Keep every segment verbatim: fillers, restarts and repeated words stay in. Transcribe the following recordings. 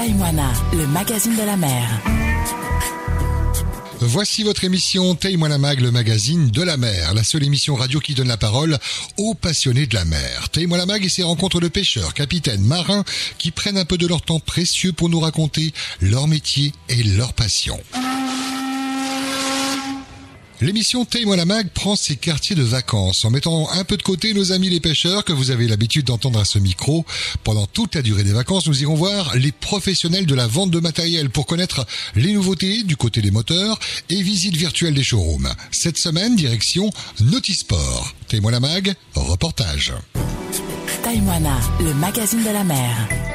Taïwana, le magazine de la mer. Voici votre émission Taïwana Mag, le magazine de la mer, la seule émission radio qui donne la parole aux passionnés de la mer. Taïwana Mag et ses rencontres de pêcheurs, capitaines, marins qui prennent un peu de leur temps précieux pour nous raconter leur métier et leur passion. L'émission Taïwana Mag prend ses quartiers de vacances en mettant un peu de côté nos amis les pêcheurs que vous avez l'habitude d'entendre à ce micro. Pendant toute la durée des vacances, nous irons voir les professionnels de la vente de matériel pour connaître les nouveautés du côté des moteurs et visite virtuelle des showrooms. Cette semaine, direction Nautisport. Taïwana Mag, reportage. Taïwana, le magazine de la mer.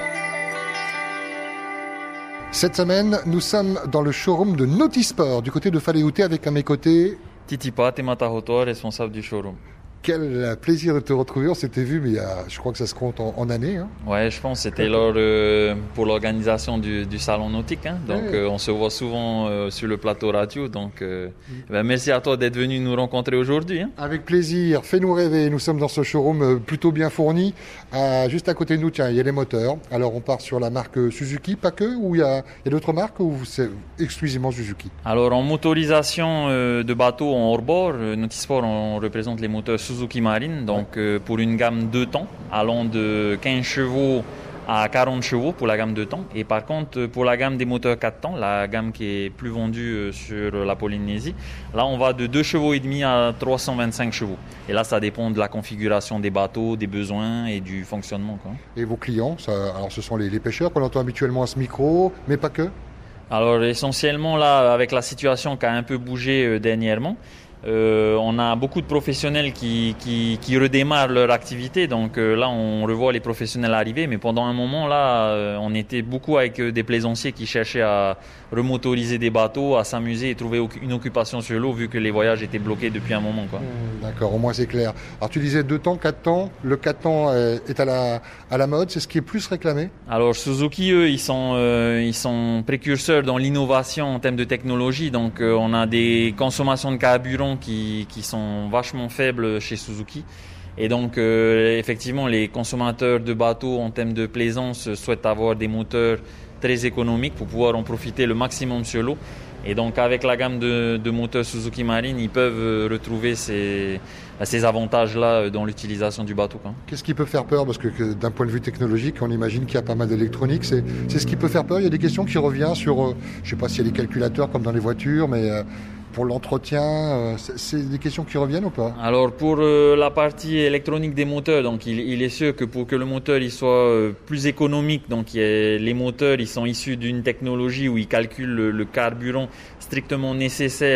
Cette semaine, nous sommes dans le showroom de Nautisport, du côté de Faleouté, avec à mes côtés... Titipa Tematahoto, responsable du showroom. Quel plaisir de te retrouver, on s'était vu, mais il y a, je crois que ça se compte en, en années. Hein. Ouais, je pense que c'était lors, euh, pour l'organisation du, du salon nautique. Hein. Donc, ouais. euh, on se voit souvent euh, sur le plateau radio. Donc, euh, mm. ben, merci à toi d'être venu nous rencontrer aujourd'hui. Hein. Avec plaisir, fais-nous rêver. Nous sommes dans ce showroom plutôt bien fourni. Euh, juste à côté de nous, tiens, il y a les moteurs. Alors, on part sur la marque Suzuki, pas que, ou il y a, il y a d'autres marques, ou c'est exclusivement Suzuki? Alors, en motorisation euh, de bateaux en hors-bord, euh, Nautisport, on représente les moteurs Suzuki Marine, donc euh, pour une gamme deux temps, allant de quinze chevaux à quarante chevaux pour la gamme deux temps. Et par contre, pour la gamme des moteurs quatre temps, la gamme qui est plus vendue euh, sur la Polynésie, là on va de deux chevaux et demi à trois cent vingt-cinq chevaux. Et là, ça dépend de la configuration des bateaux, des besoins et du fonctionnement, quoi. Et vos clients, ça, alors ce sont les, les pêcheurs qu'on entend habituellement à ce micro, mais pas que? Alors essentiellement là, avec la situation qui a un peu bougé euh, dernièrement, Euh, on a beaucoup de professionnels qui, qui, qui redémarrent leur activité. Donc euh, là, on revoit les professionnels arriver. Mais pendant un moment, là, euh, on était beaucoup avec euh, des plaisanciers qui cherchaient à remotoriser des bateaux, à s'amuser et trouver une occupation sur l'eau, vu que les voyages étaient bloqués depuis un moment, quoi. Mmh, d'accord, au moins c'est clair. Alors tu disais deux temps, quatre temps. Le quatre temps est à la, à la mode. C'est ce qui est plus réclamé? Alors Suzuki, eux, ils sont, euh, ils sont précurseurs dans l'innovation en termes de technologie. Donc euh, on a des consommations de carburant Qui, qui sont vachement faibles chez Suzuki. Et donc, euh, effectivement, les consommateurs de bateaux en termes de plaisance souhaitent avoir des moteurs très économiques pour pouvoir en profiter le maximum sur l'eau. Et donc, avec la gamme de, de moteurs Suzuki Marine, ils peuvent retrouver ces, ces avantages-là dans l'utilisation du bateau, quoi. Qu'est-ce qui peut faire peur? Parce que, que d'un point de vue technologique, on imagine qu'il y a pas mal d'électronique. C'est, c'est ce qui peut faire peur. Il y a des questions qui reviennent sur, euh, je ne sais pas s'il y a des calculateurs comme dans les voitures, mais... Euh, pour l'entretien, euh, c'est, c'est des questions qui reviennent ou pas? Alors pour euh, la partie électronique des moteurs, donc il, il est sûr que pour que le moteur il soit euh, plus économique, donc il y a, les moteurs ils sont issus d'une technologie où ils calculent le, le carburant strictement nécessaire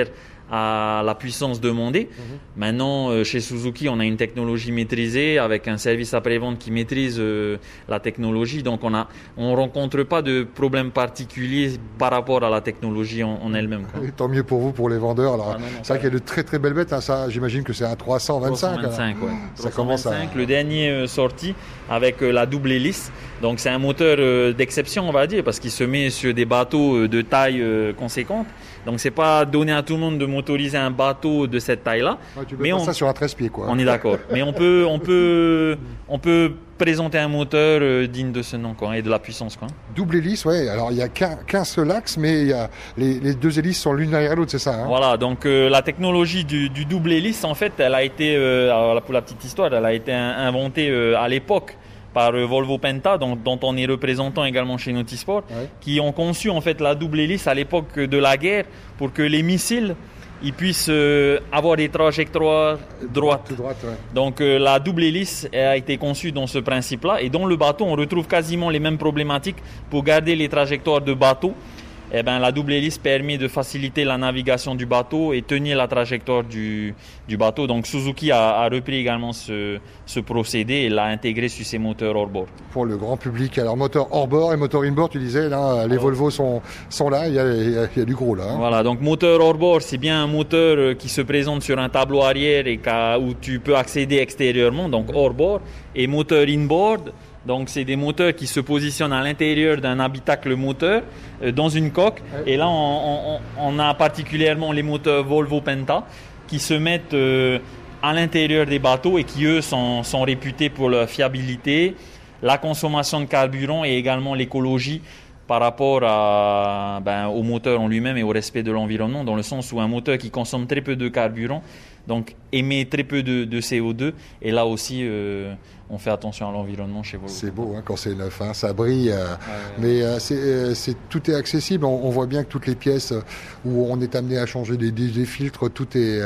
à la puissance demandée. Mmh. Maintenant, euh, chez Suzuki, on a une technologie maîtrisée avec un service après-vente qui maîtrise euh, la technologie. Donc, on a, on rencontre pas de problème particulier par rapport à la technologie en, en elle-même, quoi. Et tant mieux pour vous, pour les vendeurs. Alors, ah, non, non, c'est vrai qu'il y a de très très belles bêtes. Hein, ça, j'imagine que c'est un trois cent vingt-cinq. trois cent vingt-cinq, ouais. Ça commence à... Le dernier euh, sorti avec euh, la double hélice. Donc, c'est un moteur euh, d'exception, on va dire, parce qu'il se met sur des bateaux euh, de taille euh, conséquente. Donc, c'est pas donné à tout le monde de motoriser un bateau de cette taille-là. Ouais, tu peux mais on ça sur un treize pieds, quoi. On est d'accord. Mais on peut, on peut, on peut présenter un moteur euh, digne de ce nom, quoi, et de la puissance, quoi. Double hélice, ouais. Alors il y a qu'un, qu'un seul axe, mais il y a les, les deux hélices sont l'une derrière l'autre, c'est ça, hein? Voilà. Donc euh, la technologie du, du double hélice, en fait, elle a été, euh, alors, pour la petite histoire, elle a été inventée euh, à l'époque par Volvo Penta, dont, dont on est représentant également chez Nautisport, ouais. Qui ont conçu en fait la double hélice à l'époque de la guerre pour que les missiles ils puissent euh, avoir des trajectoires droites. Droite, ouais. Donc euh, la double hélice a été conçue dans ce principe-là, et dans le bateau on retrouve quasiment les mêmes problématiques pour garder les trajectoires de bateau. Eh ben, la double hélice permet de faciliter la navigation du bateau et tenir la trajectoire du, du bateau. Donc Suzuki a, a repris également ce, ce procédé et l'a intégré sur ses moteurs hors-bord. Pour le grand public, alors moteur hors-bord et moteur in-bord, tu disais, là, les alors, Volvo sont, sont là, il y, a, il, y a, il y a du gros là. Hein. Voilà, donc moteur hors-bord, c'est bien un moteur qui se présente sur un tableau arrière et où tu peux accéder extérieurement, donc hors-bord, et moteur in-board. Donc, c'est des moteurs qui se positionnent à l'intérieur d'un habitacle moteur, euh, dans une coque. Et là, on, on, on a particulièrement les moteurs Volvo Penta qui se mettent euh, à l'intérieur des bateaux et qui, eux, sont, sont réputés pour leur fiabilité, la consommation de carburant et également l'écologie par rapport à, ben, au moteur en lui-même et au respect de l'environnement, dans le sens où un moteur qui consomme très peu de carburant, donc émet très peu de, de C O deux, et là aussi euh, on fait attention à l'environnement chez Volvo. C'est beau hein, quand c'est neuf, hein, ça brille, euh, ouais, mais euh, c'est, euh, c'est, tout est accessible. On, on voit bien que toutes les pièces où on est amené à changer des, des, des filtres, tout est,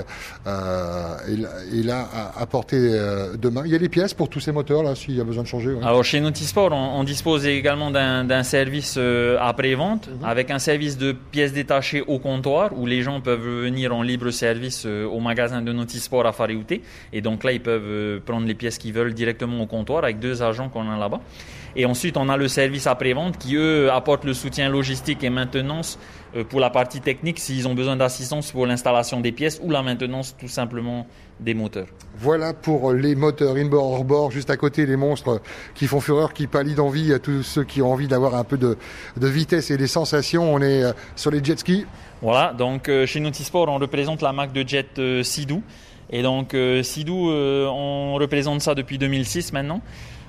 euh, est, est là à, à portée euh, de main. Il y a des pièces pour tous ces moteurs là, s'il y a besoin de changer. Ouais. Alors chez Notisport, on, on dispose également d'un, d'un service euh, après-vente, mmh. avec un service de pièces détachées au comptoir, où les gens peuvent venir en libre service euh, au magasin de Notisport à Faraouté, et donc là ils peuvent euh, prendre les pièces qu'ils veulent directement au comptoir avec deux agents qu'on a là-bas. Et ensuite on a le service après-vente qui eux apportent le soutien logistique et maintenance euh, pour la partie technique s'ils ont besoin d'assistance pour l'installation des pièces ou la maintenance tout simplement des moteurs. Voilà pour les moteurs inboard, hors-bord, juste à côté les monstres qui font fureur, qui pallient d'envie à tous ceux qui ont envie d'avoir un peu de, de vitesse et des sensations. On est euh, sur les jet skis. Voilà, donc euh, chez Notisport on représente la marque de jet euh, Sea-Doo. Et donc euh, Sea-Doo, euh, on représente ça depuis deux mille six maintenant.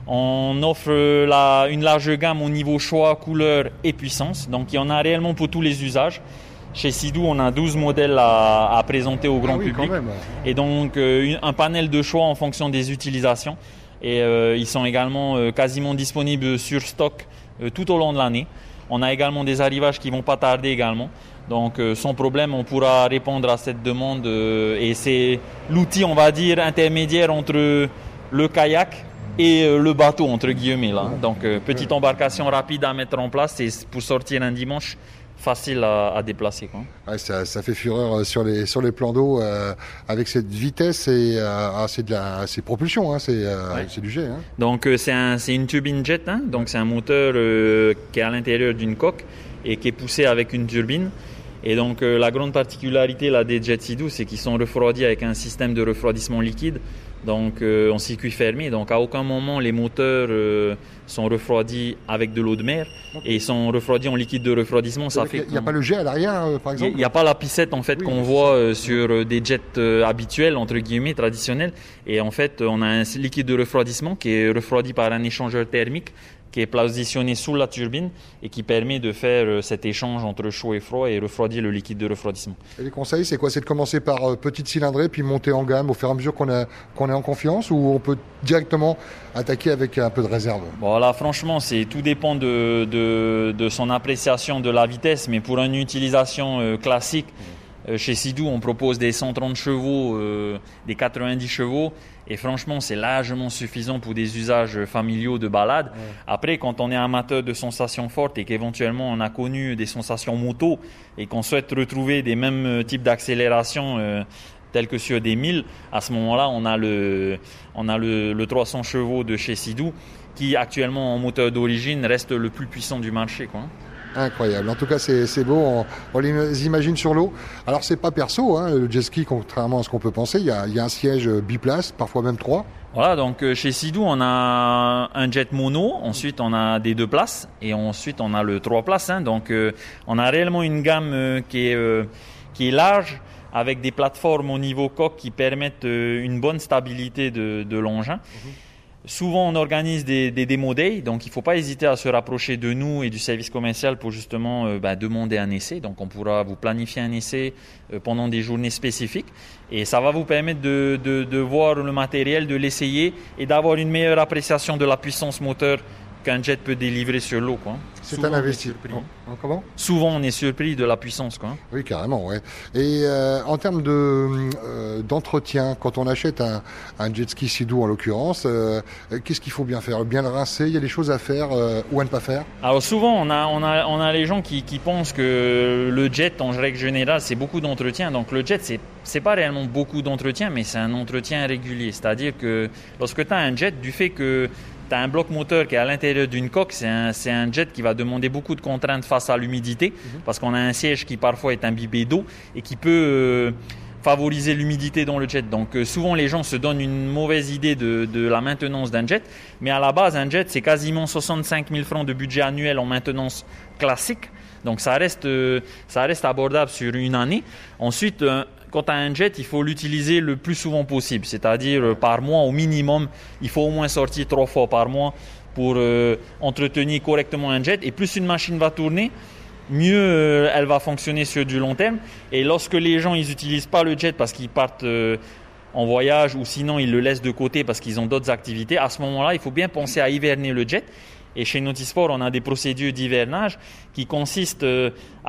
On offre euh, la, une large gamme au niveau choix, couleur et puissance. Donc il y en a réellement pour tous les usages. Chez Sea-Doo, on a douze modèles à, à présenter au grand ah oui, public. Quand même. Et donc euh, une, un panel de choix en fonction des utilisations. Et euh, ils sont également euh, quasiment disponibles sur stock euh, tout au long de l'année. On a également des arrivages qui ne vont pas tarder également. Donc euh, sans problème, on pourra répondre à cette demande euh, et c'est l'outil, on va dire, intermédiaire entre le kayak et euh, le bateau, entre guillemets. Là. Donc euh, petite embarcation rapide à mettre en place et pour sortir un dimanche, facile à, à déplacer. Quoi. Ouais, ça, ça fait fureur sur les, sur les plans d'eau euh, avec cette vitesse et euh, ah, c'est de la c'est propulsion, hein, c'est, euh, ouais. c'est du jet. Hein. Donc euh, c'est, un, c'est une turbine jet, hein, donc c'est un moteur euh, qui est à l'intérieur d'une coque et qui est poussé avec une turbine. Et donc euh, la grande particularité là, des jets Sea-Doo, c'est qu'ils sont refroidis avec un système de refroidissement liquide, donc euh, en circuit fermé. Donc à aucun moment les moteurs euh, sont refroidis avec de l'eau de mer okay. et ils sont refroidis en liquide de refroidissement. Ça fait il n'y a pas le jet à l'arrière, euh, par exemple. Il n'y a pas la piscette en fait oui, qu'on voit euh, sur euh, des jets euh, habituels entre guillemets traditionnels. Et en fait, on a un liquide de refroidissement qui est refroidi par un échangeur thermique qui est positionné sous la turbine et qui permet de faire euh, cet échange entre chaud et froid et refroidir le liquide de refroidissement. Et les conseils, c'est quoi? C'est de commencer par euh, petite cylindrée puis monter en gamme au fur et à mesure qu'on, a, qu'on est en confiance, ou on peut directement attaquer avec un peu de réserve? Bon là, franchement, c'est, tout dépend de, de, de son appréciation de la vitesse, mais pour une utilisation euh, classique, euh, chez Sea-Doo, on propose des cent trente chevaux, euh, des quatre-vingt-dix chevaux. Et franchement, c'est largement suffisant pour des usages familiaux de balade. Ouais. Après, quand on est amateur de sensations fortes et qu'éventuellement on a connu des sensations moto et qu'on souhaite retrouver des mêmes types d'accélération euh, tels que sur des milles, à ce moment-là, on a le, on a le, le trois cents chevaux de chez Sea-Doo qui actuellement en moteur d'origine reste le plus puissant du marché, quoi. Incroyable. En tout cas, c'est, c'est beau. On, on les imagine sur l'eau. Alors, c'est pas perso, hein, le jet ski, contrairement à ce qu'on peut penser. Il y a, il y a un siège biplace, parfois même trois. Voilà, donc euh, chez Sea-Doo, on a un jet mono. Ensuite, on a des deux places. Et ensuite, on a le trois places. Hein, donc, euh, on a réellement une gamme euh, qui est, euh, qui est large, avec des plateformes au niveau coque qui permettent euh, une bonne stabilité de, de l'engin. Mmh. Souvent, on organise des, des démo days, donc il ne faut pas hésiter à se rapprocher de nous et du service commercial pour justement euh, bah, demander un essai. Donc, on pourra vous planifier un essai euh, pendant des journées spécifiques et ça va vous permettre de, de, de voir le matériel, de l'essayer et d'avoir une meilleure appréciation de la puissance moteur qu'un jet peut délivrer sur l'eau, quoi. C'est Souvent, un investissement. Comment ? Souvent, on est surpris de la puissance, quoi. Oui, carrément, ouais. Et euh, en termes de euh, d'entretien, quand on achète un, un jet ski Sea-Doo en l'occurrence, euh, qu'est-ce qu'il faut bien faire ? Bien le rincer ? Il y a des choses à faire euh, ou à ne pas faire ? Alors souvent, on a on a on a les gens qui qui pensent que le jet, en règle générale, c'est beaucoup d'entretien. Donc le jet, c'est c'est pas réellement beaucoup d'entretien, mais c'est un entretien régulier. C'est-à-dire que lorsque tu as un jet, du fait que tu as un bloc moteur qui est à l'intérieur d'une coque, c'est un, c'est un jet qui va demander beaucoup de contraintes face à l'humidité, mmh. parce qu'on a un siège qui parfois est imbibé d'eau et qui peut euh, favoriser l'humidité dans le jet. Donc euh, souvent les gens se donnent une mauvaise idée de, de la maintenance d'un jet, mais à la base un jet c'est quasiment soixante-cinq mille francs de budget annuel en maintenance classique, donc ça reste, euh, ça reste abordable sur une année. Ensuite, euh, quand tu as un jet, il faut l'utiliser le plus souvent possible, c'est-à-dire par mois au minimum. Il faut au moins sortir trois fois par mois pour euh, entretenir correctement un jet. Et plus une machine va tourner, mieux euh, elle va fonctionner sur du long terme. Et lorsque les gens ils n'utilisent pas le jet parce qu'ils partent euh, en voyage ou sinon ils le laissent de côté parce qu'ils ont d'autres activités, à ce moment-là, il faut bien penser à hiverner le jet. Et chez Nautisport, on a des procédures d'hivernage qui consistent euh,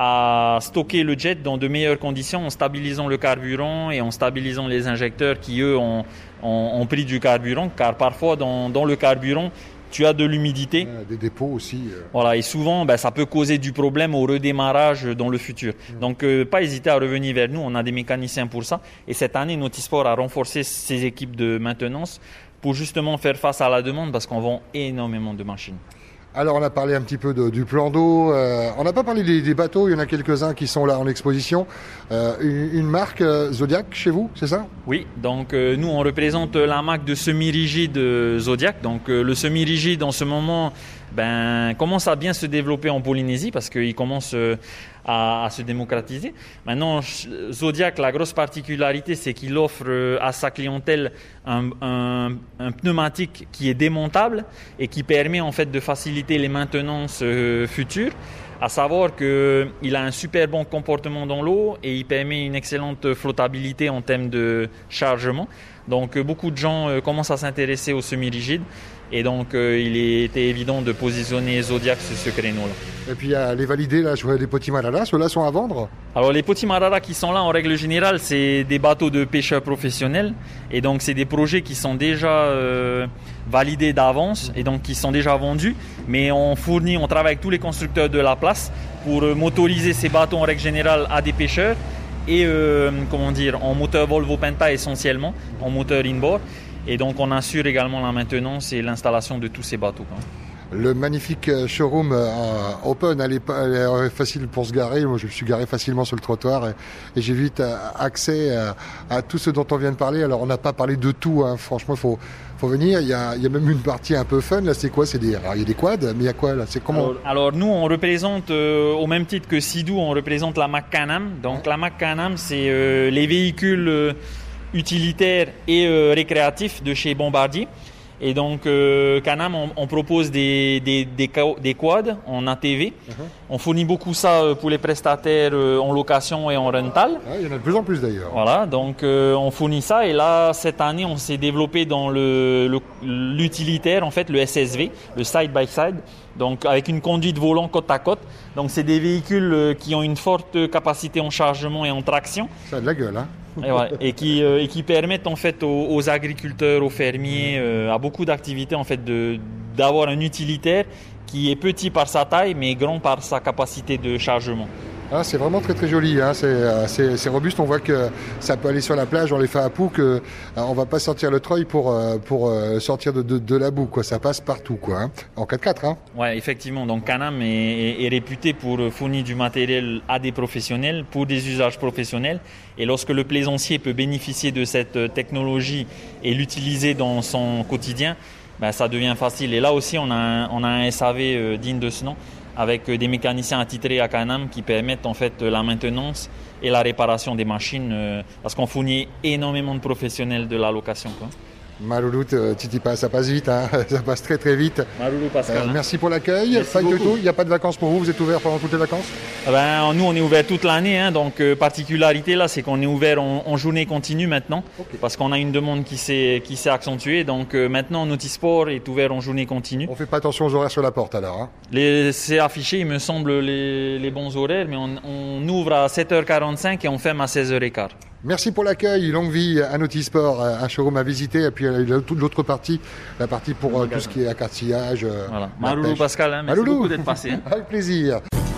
à stocker le jet dans de meilleures conditions en stabilisant le carburant et en stabilisant les injecteurs qui, eux, ont, ont, ont pris du carburant. Car parfois, dans, dans le carburant, tu as de l'humidité. Euh, des dépôts aussi. Euh... Voilà, et souvent, ben, ça peut causer du problème au redémarrage dans le futur. Mmh. Donc, euh, pas hésiter à revenir vers nous. On a des mécaniciens pour ça. Et cette année, Nautisport a renforcé ses équipes de maintenance pour justement faire face à la demande parce qu'on vend énormément de machines. Alors on a parlé un petit peu de, du plan d'eau, euh, on n'a pas parlé des, des bateaux, il y en a quelques-uns qui sont là en exposition. Euh, une, une marque euh, Zodiac chez vous, c'est ça ? Oui, donc euh, nous on représente la marque de semi-rigide euh, Zodiac. Donc euh, le semi-rigide en ce moment ben, commence à bien se développer en Polynésie parce qu'il commence euh, à, à se démocratiser. Maintenant, Zodiac, la grosse particularité, c'est qu'il offre euh, à sa clientèle un, un, un pneumatique qui est démontable et qui permet en fait de faciliter les maintenances euh, futures. À savoir qu'il a un super bon comportement dans l'eau et il permet une excellente flottabilité en termes de chargement. Donc beaucoup de gens euh, commencent à s'intéresser aux semi-rigides et donc euh, il était évident de positionner Zodiac sur ce créneau-là. Et puis il y a les validés, là, je vois des Potimarara, ceux-là sont à vendre ? Alors les Potimarara qui sont là en règle générale, c'est des bateaux de pêcheurs professionnels et donc c'est des projets qui sont déjà euh, validés d'avance et donc qui sont déjà vendus, mais on fournit, on travaille avec tous les constructeurs de la place pour euh, motoriser ces bateaux en règle générale à des pêcheurs et euh, comment dire, en moteur Volvo Penta essentiellement, en moteur inboard. Et donc on assure également la maintenance et l'installation de tous ces bateaux. Le magnifique showroom euh, open, elle est, elle est facile pour se garer. Moi, je me suis garé facilement sur le trottoir et, et j'ai vite accès à, à tout ce dont on vient de parler. Alors, on n'a pas parlé de tout, hein. Franchement, il faut, faut venir. Il y, a, il y a même une partie un peu fun. Là, c'est quoi ? C'est des, alors, il y a des quads, mais il y a quoi là ? C'est comment ? alors, alors, nous, on représente, euh, au même titre que Sea-Doo, on représente la marque Can-Am. Donc, la marque Can-Am, c'est euh, les véhicules euh, utilitaires et euh, récréatifs de chez Bombardier. Et donc, euh, Can-Am, on, on propose des, des, des, des quads en A T V. Uh-huh. On fournit beaucoup ça pour les prestataires euh, en location et en rental. Ah, il y en a de plus en plus d'ailleurs. Voilà, donc euh, on fournit ça. Et là, cette année, on s'est développé dans le, le, l'utilitaire, en fait, le S S V, le side-by-side. Donc, avec une conduite volant côte à côte. Donc, c'est des véhicules qui ont une forte capacité en chargement et en traction. Ça a de la gueule, hein. Et, ouais, et, qui, euh, et qui permettent en fait aux, aux agriculteurs, aux fermiers, euh, à beaucoup d'activités en fait de, d'avoir un utilitaire qui est petit par sa taille mais grand par sa capacité de chargement. Ah, c'est vraiment très très joli, hein. c'est, c'est, c'est robuste, on voit que ça peut aller sur la plage, on les fait à Pouc, euh, on va pas sortir le treuil pour, pour euh, sortir de, de, de la boue, quoi. Ça passe partout, quoi, hein. En quatre quatre. Hein. Ouais, effectivement, donc Can-Am est, est, est réputé pour fournir du matériel à des professionnels, pour des usages professionnels, et lorsque le plaisancier peut bénéficier de cette technologie et l'utiliser dans son quotidien, ben, ça devient facile. Et là aussi, on a un, on a un S A V euh, digne de ce nom, avec des mécaniciens attitrés à Can-Am qui permettent en fait la maintenance et la réparation des machines euh, parce qu'on fournit énormément de professionnels de la location, quoi. Maloulou, Titi passe, ça passe vite, hein. Ça passe très très vite. Maloulou Pascal. Euh, merci pour l'accueil. Il n'y a pas de vacances pour vous, vous êtes ouvert pendant toutes les vacances ? Ben, nous, on est ouvert toute l'année, hein, donc euh, particularité là, c'est qu'on est ouvert en, en journée continue maintenant, okay. Parce qu'on a une demande qui s'est, qui s'est accentuée. Donc euh, maintenant, Nautisport est ouvert en journée continue. On fait pas attention aux horaires sur la porte alors, hein. Les, c'est affiché, il me semble, les, les bons horaires, mais on, on ouvre à sept heures quarante-cinq et on ferme à seize heures quinze. Merci pour l'accueil, longue vie à Nautisport, un showroom à visiter, et puis toute l'autre partie, la partie pour euh, tout ce qui est accastillage. Voilà. Maloulou Pascal, hein, merci Maloulou. beaucoup d'être passé. Hein. Avec plaisir.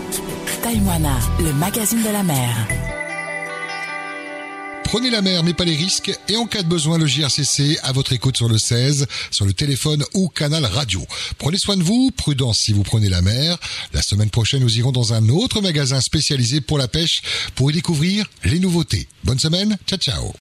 Taïwana, le magazine de la mer. Prenez la mer mais pas les risques et en cas de besoin le J R C C à votre écoute sur le seize, sur le téléphone ou canal radio. Prenez soin de vous, prudence si vous prenez la mer. La semaine prochaine nous irons dans un autre magasin spécialisé pour la pêche pour y découvrir les nouveautés. Bonne semaine, ciao ciao.